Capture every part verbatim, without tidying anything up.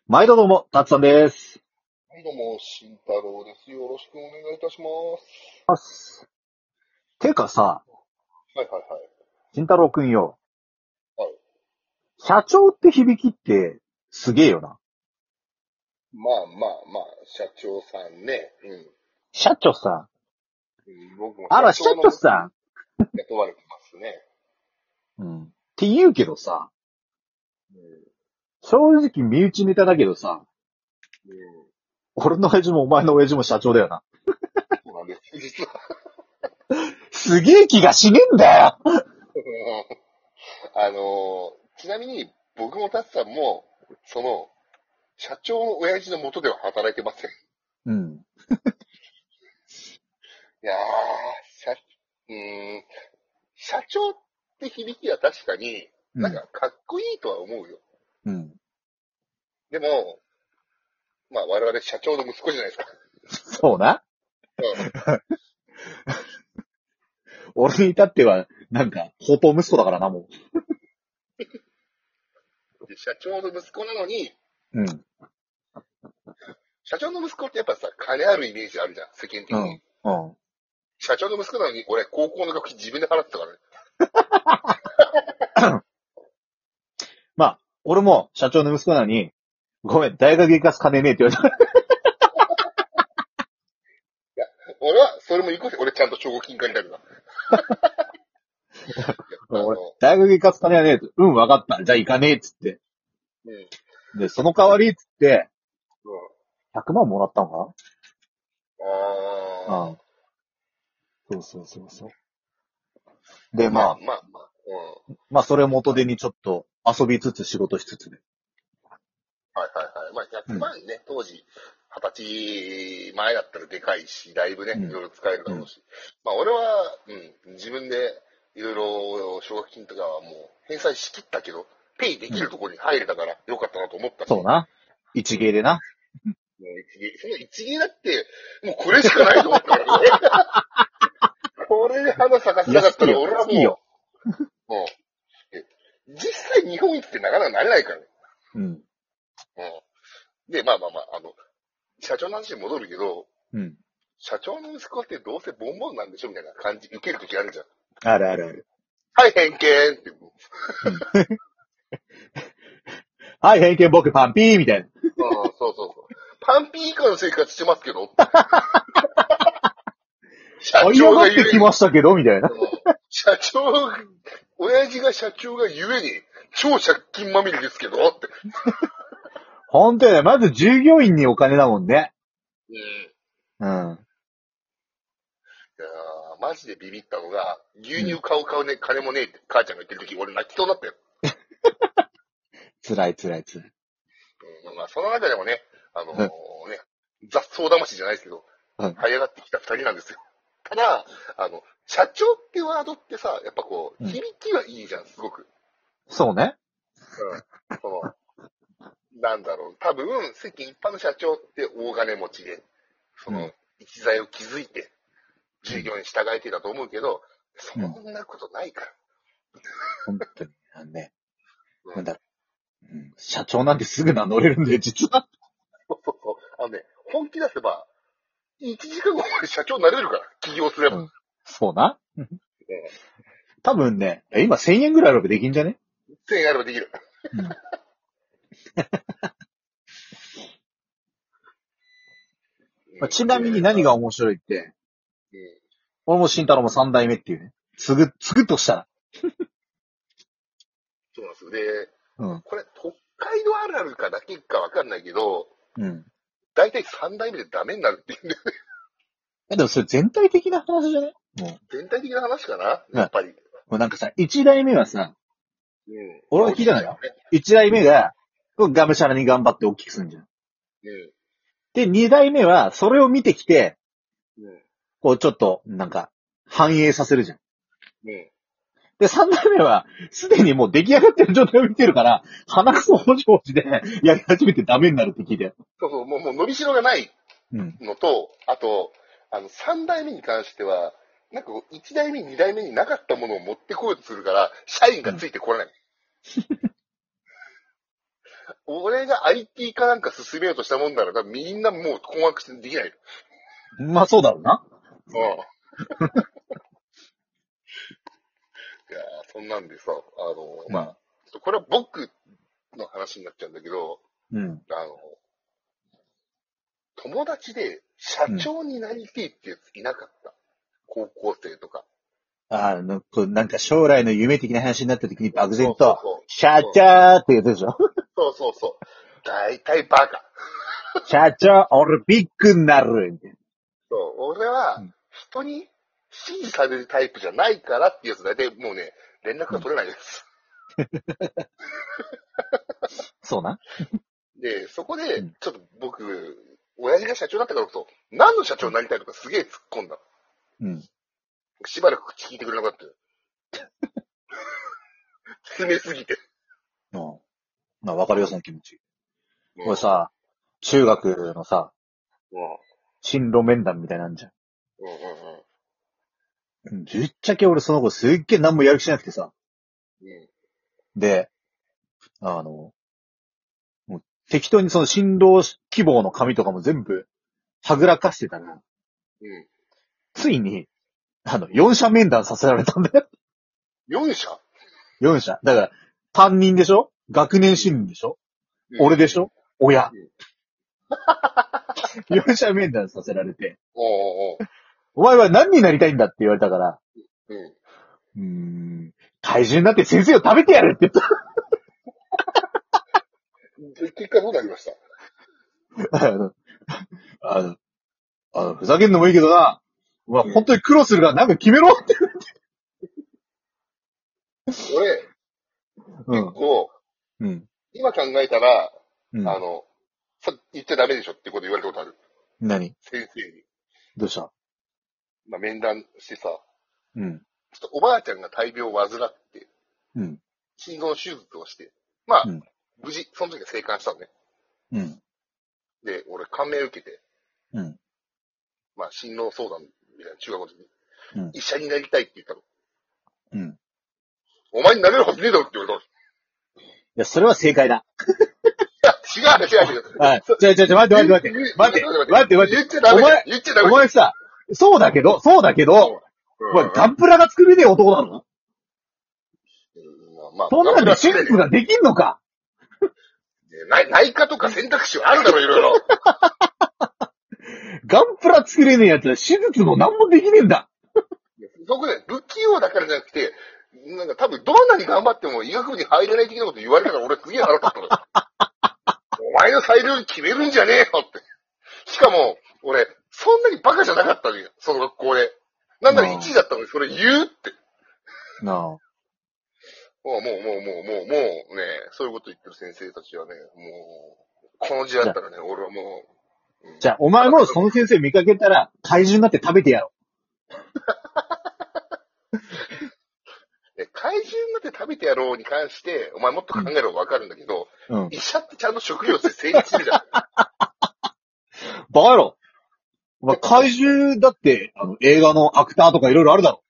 毎度どうも、たつさんです。 はい、どうも、慎太郎です。よろしくお願いいたします。 あっす。てかさ、 はいはいはい。 慎太郎くんよ。 はい。 社長って響きってすげえよな。 まあまあまあ、社長さんね。うん。 社長さん。 うん、僕も社あら、社長のもとに長さ雇われてますね。 ん。うん。って言うけどさ、 うん。 正直身内ネタだけどさ、 うん。 俺の親父もお前の親父も社長だよな。 そうなんです。実は。 すげえ気がしねえんだよ。 あのーちなみに、僕もタツさんも、その、社長の親父のもとでは働いてません。 うん。 いやー、社、うーん、社長って響きは確かに、 うん。 なんかかっこいいとは思うよ。 うん。 でも、まあ我々社長の息子じゃないですか。 そうな。 うん。 俺に至っては、なんか、宝刀息子だからな、もで社長の息子なのに、 う。うん。 社長の息子ってやっぱさ、金あるイメージあるじゃん、世間的に。 うん。うん。 社長の息子なのに、俺、高校の学費自分で払ってたからね。 まあ、俺も社長の息子なのに、ごめん、大学行かす金ねえって言われた。 いや、俺は、それも行こうし、俺ちゃんと奨学金借りたけど。いや、あ俺、 の、 大学行かす金はねえと。うん、わかった。じゃあ行かねえっつって。 うん、うん。 で、その代わりっつって、ひゃくまんもらったのかな。うん。 あそうそうそうそう。で、 ー、まあまあ、 まあまあ、うん。 まあ、それを元手にちょっと遊びつつ仕事しつつで。 はいはいはい。まあ、100 うん。 万ね、当時、はたちまえだったらでかいし、だいぶね、 うん。 いろいろ使えるだうん。 ろうし。まあ、俺は、うん、自分で、いろいろ、奨学金とかはもう、返済しきったけど、ペイでうん。 きるところに入れたから、よかったなと思ったし、 そうな。一芸でな。 もう一芸、その一芸だって、もうこれしかないと思ったからね。これで花咲かせいや、 なかったら、 好きよ。 俺はも好きよ。 う、もう、え実際日本一ってなかなかなれないからね。 うん。 うん。で、まあまあまあ、あの、社長の話に戻るけど、 うん。 社長の息子ってどうせボンボンなんでしょみたいな感じ、受けるときあるじゃん。 あるあるある。 はい、偏見って。 うん。はい、偏見僕パンピーみたいな。 うん、そうそうそう。パンピー以下の生活してますけど、社あ、嫌長がってきがゆえに、 ましたけど、みたいな。 うん、社長、親父が社長がゆえに、超借金まみれですけどって。 ほんとやね。まず従業員にお金だもんね。 うん。 うん。 いやーマジでビビったのが、牛うん。 乳買う買うね、金もねえって母ちゃんが言ってる時、俺泣きそうだったよ。 辛い辛い辛い。 うん、まあ、その中でもね、あのーうん。 ね、雑草魂じゃないですけど、 うん。 這い上がってきた二人なんですよ。ただ、あの、社長ってワードってさ、やっぱこう、 うん。 響きはいいじゃん、すごく。 そうね。 うん。その、なんだろう、多分、世間一般の社長って大金持ちで、その、 うん。 一材を築いて、 うん。 従業員に従えてたと思うけど、 うん。 そんなことないから。 ほんとに。あのね。 うん。 なんだろう。うん。社長なんてすぐ名乗れるんで、実は。 そうそうそう。あのね、本気出せば、いちじかんごで社長になれるから、起業すれば。 うん。そうな。 ね、 多分ね、今せんえんぐらいあればできんじゃね？ せんえんあればできる。 うん。まあ、ちうん。で、 なみに何が面白いって、 うん。 俺も慎太郎も三代目っていうね。継ぐ、継ぐとしたら。 そうなんですよ。で、 うん。 これ、北海道あるあるかだけかわかんないけど、 うん。 だいたいさん代目でダメになるっていうんで、 え、でもそれ全体的な話じゃね？も全体的な話かなう。うん。 やっぱり。 もうなんかさ、一代目はさ、 うん。 俺まあ、おは聞いたのよ。 じいちゃんね。 一代目が、こうがむしゃらに頑張って大きくするんじゃん。 うん。 で、二代目は、それを見てきて、 うん。 こうちょっと、なんか、反映させるじゃん。 うん。 で、三代目は、すでにもう出来上がってる状態を見てるから、鼻くそほじほじで、やり始めてダメになるって聞いて。 そうそう、もう、もう伸びしろがないうん。 のと、あと、あの、さん代目に関しては、なんかこう、いち代目、に代目になかったものを持ってこようとするから、社員がうん。 ついてこれない。 俺が アイティー かなんか進めようとしたもんなら、みんなもう困惑してできないよ。 まあそうだろうな。 うん。いやー、そんなんでさ、あの、まあ、これは僕の話になっちゃうんだけど、 うん。 あの、友達で社長になりてえってやついなかった。高校生とか。 ああ、のこうなんか将来の夢的な話になった時に漠然とそうそうそう、 社長って言うでしょ。 そうそうそう。大体バカ。 社長、俺ビッグになる。 そう、俺は、人に支持されるタイプじゃないからっていうやつだけ、もうね、連絡が取れないです。 そうな。 で、そこでうん、 ちょっと僕、親父が社長だったからこそ、何の社長になりたいとかすげえ突っ込んだ。 うん。 しばらく口聞いてくれなかったよ。詰めすぎて。 うん。まあわかるよ、その気持ち。 うん、 これさ、中学のさ、 うん、 進路面談みたいなんじゃん。 うん、うん、 うん。ぶっちゃけ俺その子すっげえ何もやる気しなくてさ。 うん。 で、あの、もう適当にその進路希望の紙とかも全部はぐらかしてたら、 うん。 ついに、あの、よん社面談させられたんだよ。 よん社よん社。だから、担任でしょ？学年主任でしょ？ うん、 俺でしょ？親。 うん。 よん社面談させられて、 おうおうおう。 お前は何になりたいんだって言われたから、 うん。 うーん、怪獣になって先生を食べてやるって言った。 結果どうなりました？ あの、あの、あのふざけんのもいいけどな、お前本当に苦労するからなんか決めろって。 俺、 うん。 結構、 うん。 今考えたら、 うん。 あの、さ言っちゃダメでしょってこと言われたことある。 何？ 先生に。 どうした？ まあ、面談してさ、 うん。 ちょっとおばあちゃんが大病を患って、 うん。 心臓の手術をして、まあ、 うん。 無事、その時は生還したのね。 うん。 で、俺、感銘を受けて、 うん。 まあ、進路相談みたいな中学校の時に、 うん。 医者になりたいって言ったの。 うん。 お前になれるはずねえだろって言われたの。 いや、それは正解だ。 いや、違う違う違う。 はい。ちょ、ちょ、ちょ、待って待って待って。待って、待って、待って。 言っちゃダメ。 お前、 言っちゃダメ。 お前さ、そうだけど、そうだけど、お前、ガンプラが作れねえ男なの？ まあ、 そんなんで手術ができんのか？ 内科とか選択肢はあるだろ、いろいろ。 ガンプラ作れねえやつは手術も何もできねえんだ。 そこで、不器用だからじゃなくて、なんか多分どんなに頑張っても医学部に入れない的なこと言われたから俺すげえ腹立ったのよ。お前の裁量に決めるんじゃねえよって。しかも、俺、そんなにバカじゃなかったのよ、その学校で。なんならいちいだったのにそれ言うって。 なあ。 もう、もう、もう、もう、もう、もうね、そういうこと言ってる先生たちはね、もう、この時代だったらね、俺はもう。うん、 じゃあ、お前もその先生見かけたら、怪獣になって食べてやろう。 怪獣になって食べてやろうに関して、お前もっと考えればわかるんだけど、うん、医者ってちゃんと食料として成立してるじゃん。 バカ野郎。お前怪獣だって、あの、映画のアクターとかいろいろあるだろ。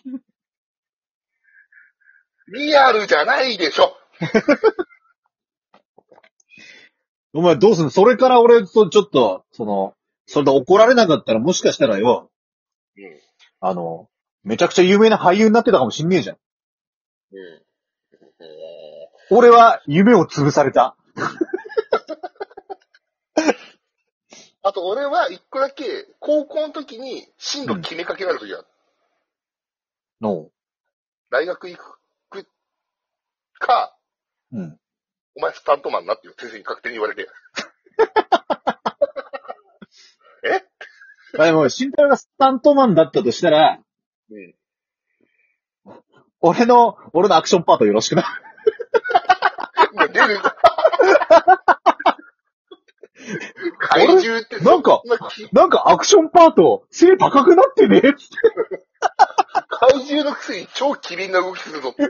リアルじゃないでしょ。 お前どうすんの？それから俺とちょっと、その、それで怒られなかったらもしかしたらよ、うん、あの、めちゃくちゃ有名な俳優になってたかもしんねえじゃん。うん、俺は夢を潰された。 あと俺は一個だけ、高校の時に進路決めかけられる時がある。 の、うん、 大学行くか、うん、お前スタントマンなっていう先生に確定に言われて。えでも、慎太郎がスタントマンだったとしたら、うん、俺の、俺のアクションパートよろしくな。 出る。怪獣ってなんか、なんかアクションパート、背高くなってね怪獣のくせに超機敏な動きするぞ。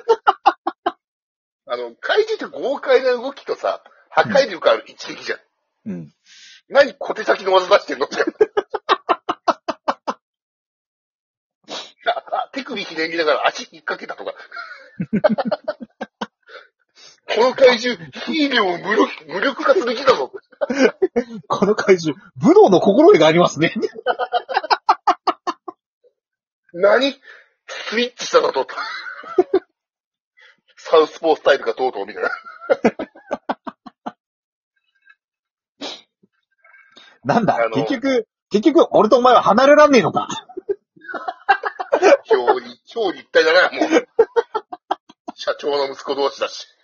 あの、怪獣って豪快な動きとさ、破壊力ある一撃じゃん。うん。何小手先の技出してんのって。あ、手首ひねりながら足引っ掛けたとか。 この怪獣、ヒーリオを無力、無力化する気だぞ。 この怪獣、武道の心得がありますね。 何スイッチしたのと。サウスポースタイルがとうとうみたいな。 なんだ結局、結局、俺とお前は離れらんねえのか。 表裏、表裏一体だな、もう。社長の息子同士だし。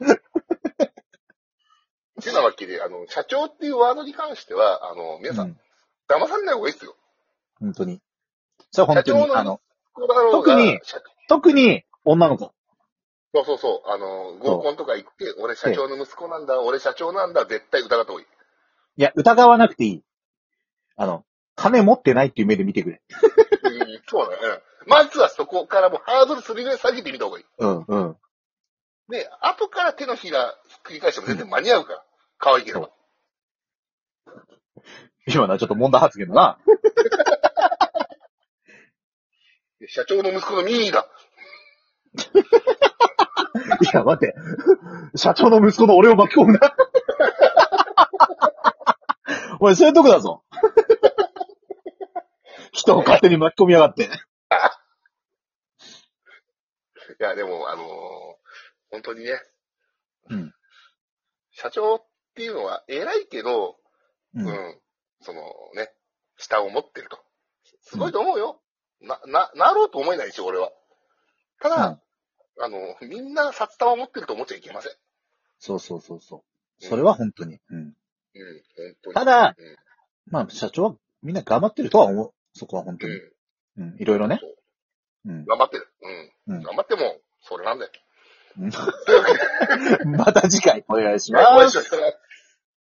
てなわけで、あの、社長っていうワードに関しては、あの、皆さん、うん、騙されない方がいいですよ。 本当に。それは本当に。 社長の息子だろうが、 特に、特に女の子。 そうそうそう。あの、合コンとか行って、俺社長の息子なんだ、俺社長なんだ、絶対疑った方がいい。 いや、疑わなくていい。あの、金持ってないっていう目で見てくれ。 うん、そうだね。まずはそこからもうハードルするぐらい下げてみた方がいい。 うんうん。 で、後から手のひら繰り返しても全然間に合うから。可愛いけど。 今な、ちょっと問題発言だな。 社長の息子のミーだ。 いや、待って。社長の息子の俺を巻き込むな。お前、そういうとこだぞ。人を勝手に巻き込みやがって。いや、でも、あのー、本当にね。 うん。 社長っていうのは偉いけど、うん、うん、そのね、下を持ってると。すごいと思うよ。うん、な、な、なろうと思えないし、俺は。ただ、うん、あの、みんな札束を持ってると思っちゃいけません。 そうそうそうそう。それは本当に。うん。うん、 本当に。 ただ、うん、まあ、社長はみんな頑張ってるとは思う。そこは本当に。うん。うん、いろいろね。 うん。頑張ってる。うん。うん、頑張っても、それなんだよ。 また次回お願いします。